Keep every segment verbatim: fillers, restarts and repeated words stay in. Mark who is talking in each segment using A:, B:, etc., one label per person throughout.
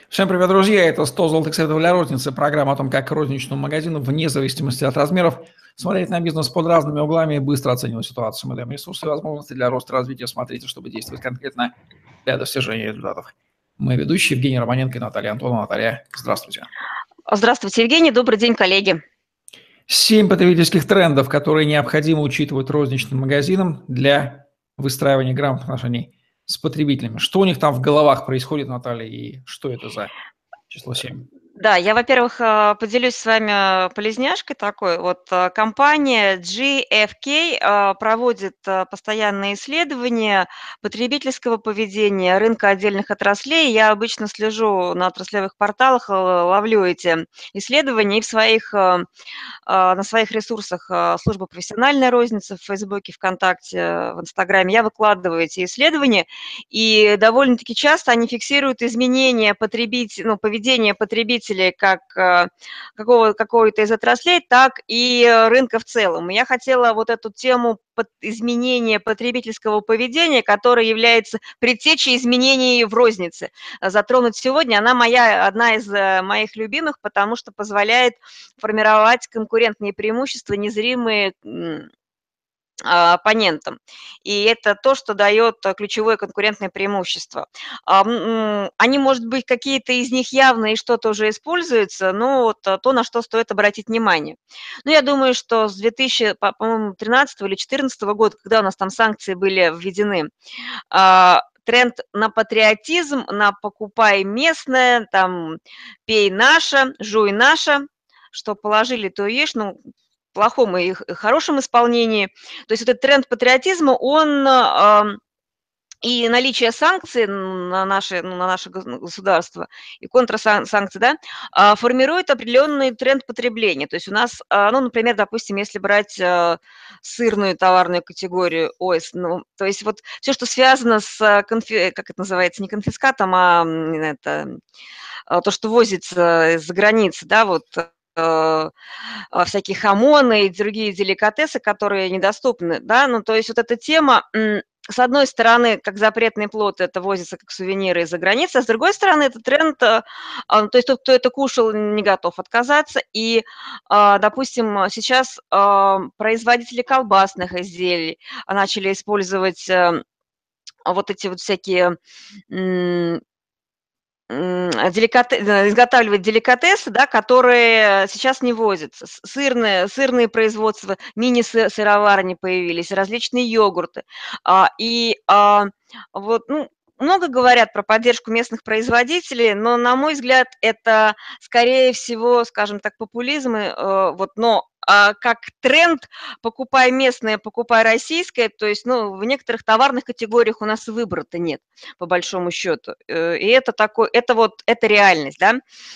A: Всем привет, друзья! Это сто золотых советов для розницы. Программа о том, как розничному магазину, вне зависимости от размеров, смотреть на бизнес под разными углами и быстро оценивать ситуацию. Мы даем ресурсы и возможности для роста и развития. Смотрите, чтобы действовать конкретно для достижения результатов. Мы ведущие Евгений Романенко и Наталья Антонова. Наталья, здравствуйте.
B: Здравствуйте, Евгений. Добрый день, коллеги.
A: Семь потребительских трендов, которые необходимо учитывать розничным магазинам для выстраивания грамотных отношений с потребителями. Что у них там в головах происходит, Наталья, и что это за число семь?
B: Да, я, во-первых, э, поделюсь с вами полезняшкой такой. Вот э, компания джи эф кей э, проводит э, постоянные исследования потребительского поведения, рынка отдельных отраслей. Я обычно слежу на отраслевых порталах, э, ловлю эти исследования и в своих, э, а, на своих ресурсах э, службы профессиональной розницы в Фейсбуке, ВКонтакте, э, в Инстаграме. Я выкладываю эти исследования, и довольно-таки часто они фиксируют изменения потребителей, ну, поведения потребителей как э, какого, какой-то из отраслей, так и э, рынка в целом. И я хотела вот эту тему под изменения потребительского поведения, которое является предтечей изменений в рознице, э, затронуть сегодня. Она моя, одна из э, моих любимых, потому что позволяет формировать конкурентные преимущества, незримые м, а, оппонентам. И это то, что дает э, ключевое конкурентное преимущество. А, м, Они, может быть, какие-то из них явные, что-то уже используется, но вот э, то, на что стоит обратить внимание. Ну, я думаю, что с две тысячи, по- по-моему, тринадцатого или четырнадцатого года, когда у нас там санкции были введены, а, тренд на патриотизм, на покупай местное, там, пей наше, жуй наше, что положили, то и ешь, ну, в плохом и х- хорошем исполнении. То есть этот тренд патриотизма, он ам, и наличие санкций на наше, ну, на наше гос- ну, государство и контрсанкции, да, а, формирует определенный тренд потребления. То есть у нас, а, ну, например, допустим, если брать а, сырную товарную категорию, ой, с- ну, то есть вот все, что связано с, а, конфи- как это называется, не конфискатом, а м, это, а, то, что возится из-за границы, да, вот э, а, всякие хамоны и другие деликатесы, которые недоступны, да, ну, то есть вот эта тема, м, с одной стороны, как запретный плод, это возится как сувениры из-за границы, а с другой стороны, это тренд, а, а, то есть тот, кто это кушал, не готов отказаться. И, а, допустим, а, сейчас а, производители колбасных изделий а, начали использовать э, вот эти вот всякие м, М, а деликате э, изготавливать деликатесы, да, которые сейчас не возятся. С сырные сырные производства, мини-сы сыроварни появились, различные йогурты. А, и, а, вот, ну, много говорят про поддержку местных производителей, но, на мой взгляд, это, скорее всего, скажем так, популизм, и, э, вот, но, а, как тренд "покупай местное, покупай российское", то есть, ну, в некоторых товарных категориях у нас и выбора-то нет, по большому счету. Э, и это такой это вот, это реальность, да.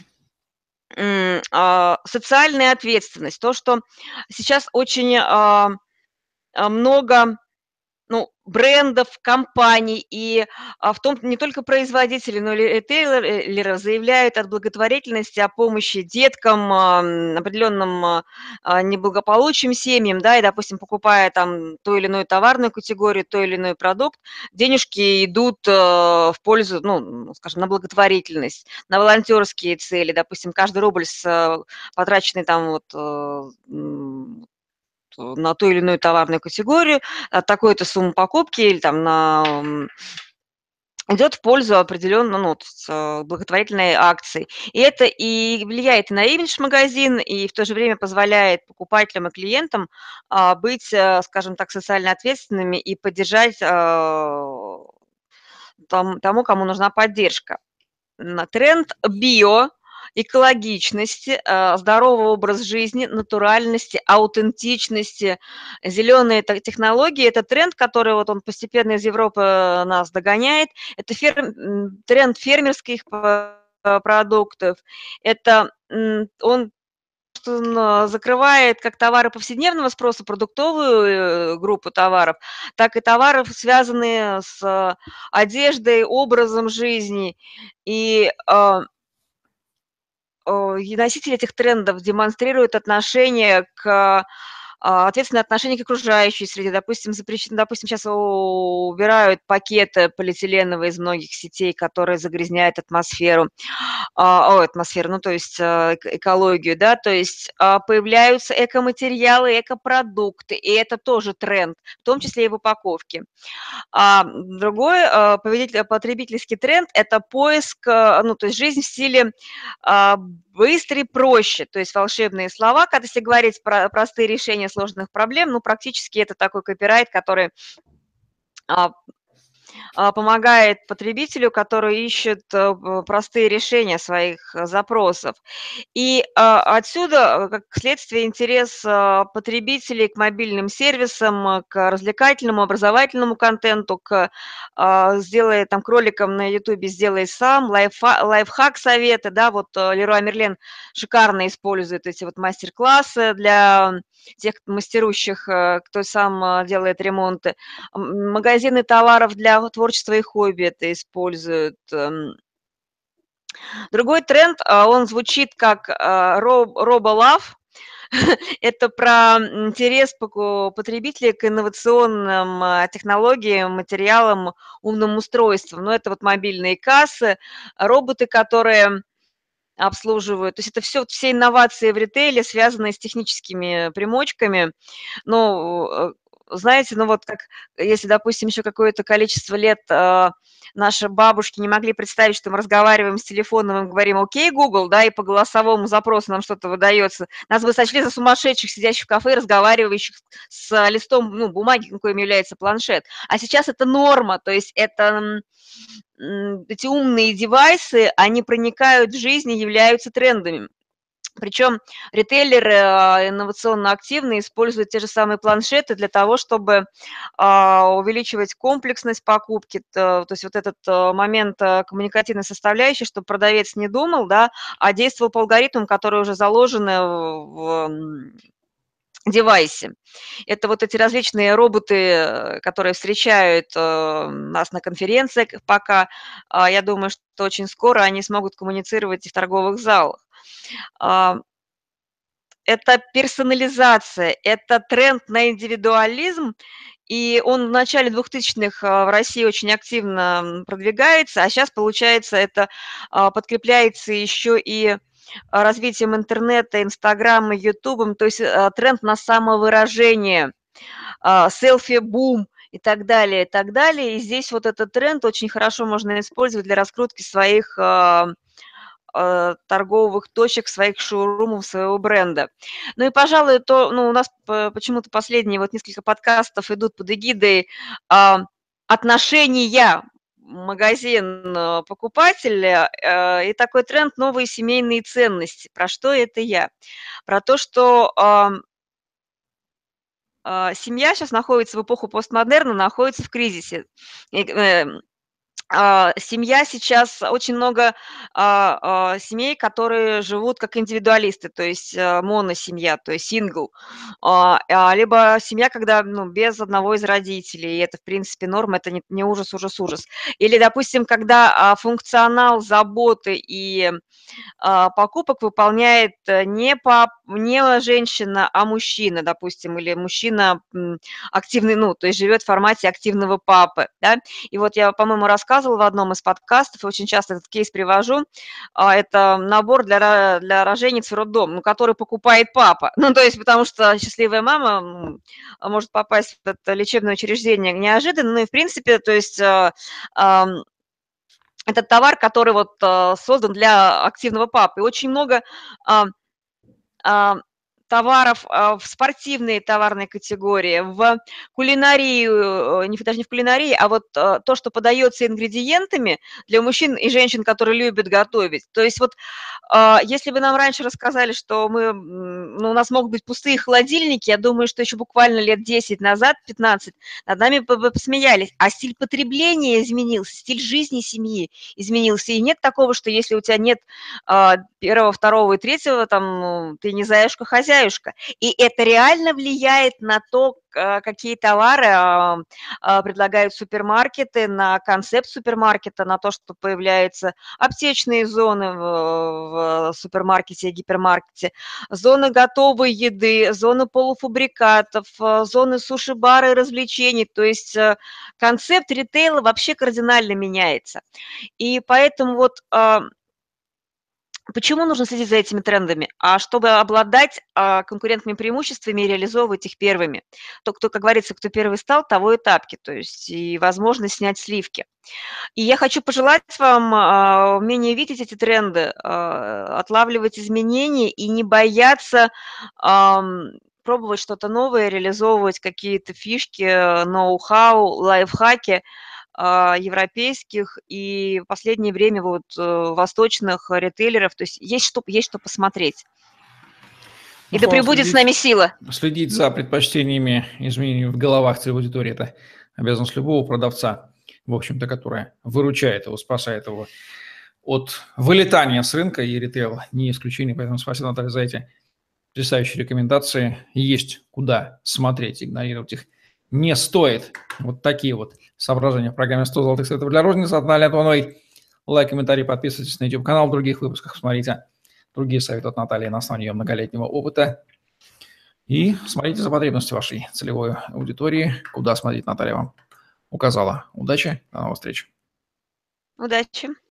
B: М, а, социальная ответственность. То, что сейчас очень, а, а, много, ну, брендов, компаний и, а, в том не только производители, но и ритейлеры заявляют от благотворительности, о помощи деткам, ам, определенным, а, а, неблагополучным семьям, да, и, допустим, покупая там ту или иную товарную категорию, той или иной продукт, денежки идут, э, в пользу, ну, м, скажем, на благотворительность, на волонтерские цели. Допустим, каждый рубль с, э, потраченный там вот, э, м, на ту или иную товарную категорию, от такой-то суммы покупки или там на, м, идет в пользу определенно, ну, вот с, э, благотворительной акции. И это и влияет и на имидж магазина, и в то же время позволяет покупателям и клиентам, а, быть, э, скажем так, социально ответственными и поддержать, а, там тому, кому нужна поддержка. На тренд био, экологичности, э, здоровый образ жизни, натуральности, аутентичности, зеленые технологии. Это тренд, который вот он постепенно из Европы э, нас догоняет. Это фер м, тренд фермерских п продуктов. Это, м, он он, а, закрывает как товары повседневного спроса, продуктовую, э, группу товаров, так и товаров, связанные с а, одеждой, образом жизни. И, а, о, и носители этих трендов демонстрируют отношение к а, ответственное отношение к окружающей среде. Допустим, запрещено, допустим, сейчас убирают пакеты полиэтиленовые из многих сетей, которые загрязняют атмосферу, а, о, атмосферу, ну, то есть а, эк- экологию, да, то есть а, появляются экоматериалы, экопродукты, и это тоже тренд, в том числе и в упаковке. А другой а, поведитель- потребительский тренд – это поиск, а, ну, то есть жизнь в стиле а, быстрый, проще, то есть волшебные слова, когда если говорить про простые решения сложных проблем, ну, практически это такой копирайт, который а, а, помогает потребителю, который ищет э, п- простые решения своих э, запросов. И а, отсюда, э, как следствие, интерес а, потребителей к мобильным сервисам, а, к развлекательному, образовательному контенту, к а, сделай там кроликам на Ютубе, сделай сам, лайфа- лайфхак советы, да, вот э, Леруа Мерлен шикарно использует эти вот мастер-классы для тех мастерущих, э, кто сам а, делает ремонты. М, Магазины товаров для творчества и хобби это используют. эм, Другой тренд, а, он звучит как а, роб роболав. Это про интерес поку потребителей к инновационным, а, технологиям, материалам, умным устройствам. Ну, это вот мобильные кассы, роботы, которые обслуживают. То есть это все, все инновации в ритейле, связанные с техническими примочками. Ну, э, знаете, ну вот как, если, допустим, еще какое-то количество лет а, наши бабушки не могли представить, что мы разговариваем с телефоном, и говорим «Окей, Google», да, и по голосовому запросу нам что-то выдается, нас бы сочли за сумасшедших, сидящих в кафе, разговаривающих с листом, ну, бумаги, каким является планшет. А сейчас это норма, то есть это м, эти умные девайсы, они проникают в жизнь и являются трендами. Причем ритейлеры а, инновационно активно используют те же самые планшеты для того, чтобы а, увеличивать комплексность покупки, то, то есть вот этот а, момент а, коммуникативной составляющей, чтобы продавец не думал, да, а действовал по алгоритмам, которые уже заложены в м, девайсе. Это вот эти различные роботы, э, которые встречают э, нас на конференциях пока. А, Я думаю, что очень скоро они смогут коммуницировать и в торговых залах. А, Это персонализация, это тренд на индивидуализм, и он в начале двухтысячных а, в России очень активно м, продвигается, а сейчас, получается, это а, подкрепляется еще и а, развитием интернета, Инстаграма, Ютубом, то есть а, тренд на самовыражение, а, селфи-бум и так далее, и так далее. И здесь вот этот тренд очень хорошо можно использовать для раскрутки своих а, э, торговых точек, своих шоурумов, своего бренда. Ну и, пожалуй, то, ну, у нас п- почему-то последние вот несколько подкастов идут под эгидой а, отношения магазин-покупателя, и такой тренд «Новые семейные ценности». Про что это я? Про то, что а, а, семья сейчас находится в эпоху постмодерна, находится в кризисе. И, э, а, семья сейчас очень много а, а, семей, которые живут как индивидуалисты, то есть а, моносемья, то есть сингл, а, а, либо семья, когда ну, без одного из родителей, и это, в принципе, норма, это не, не ужас, ужас, ужас. Или, допустим, когда а, функционал заботы и а, покупок выполняет э, не пап не женщина, а мужчина, допустим, или мужчина, м, активный, ну, то есть живет в формате активного папы, да. И вот я, по-моему, рассказывала в одном из подкастов, и очень часто этот кейс привожу. А, это набор для ро для рожениц в роддом, ну, который покупает папа. Ну, то есть потому что счастливая мама, м, может попасть в это лечебное учреждение неожиданно. Ну и в принципе, то есть, а, ам, это товар, который вот, а, создан для активного папы. И очень много, а, а, товаров, а, в спортивные товарные категории, в кулинарию, э, не даже не в кулинарии, а вот, а, то, что подается ингредиентами для мужчин и женщин, которые любят готовить. То есть вот, а, если бы нам раньше рассказали, что мы, м, ну, у нас могут быть пустые холодильники, я думаю, что еще буквально лет десять назад, пятнадцать, над нами бы бы посмеялись. А стиль потребления изменился, стиль жизни семьи изменился. И нет такого, что если у тебя нет а, первого, второго и третьего, там, ну, ты не заюшка-хозяюшка. хозяюшка. И это реально влияет на то, какие товары предлагают супермаркеты, на концепт супермаркета, на то, что появляются аптечные зоны в супермаркете и гипермаркете, зоны готовой еды, зоны полуфабрикатов, зоны суши-бара и развлечений. То есть концепт ритейла вообще кардинально меняется. И поэтому вот почему нужно следить за этими трендами? А чтобы обладать а, конкурентными преимуществами и реализовывать их первыми. То, кто, как говорится, кто первый стал, того и тапки, то есть и возможность снять сливки. И я хочу пожелать вам а, умение видеть эти тренды, а, отлавливать изменения и не бояться а, пробовать что-то новое, реализовывать какие-то фишки, ноу-хау, лайфхаки, европейских и в последнее время вот восточных ритейлеров. То есть есть что, есть что посмотреть.
A: Ну,
B: и да пребудет
A: следить,
B: с нами сила.
A: Следить за предпочтениями, изменениями в головах целевой аудитории – это обязанность любого продавца, в общем-то, которая выручает его, спасает его от вылетания с рынка, и ритейл не исключение. Поэтому спасибо, Наталья, за эти потрясающие рекомендации. Есть куда смотреть, игнорировать их не стоит. Вот такие вот соображения в программе сто золотых советов для розницы от Натальи Антоновой. Лайк, комментарий, подписывайтесь на YouTube-канал. В других выпусках смотрите другие советы от Натальи на основании ее многолетнего опыта. И смотрите за потребностью вашей целевой аудитории. Куда смотреть, Наталья вам указала. Удачи, до новых встреч.
B: Удачи.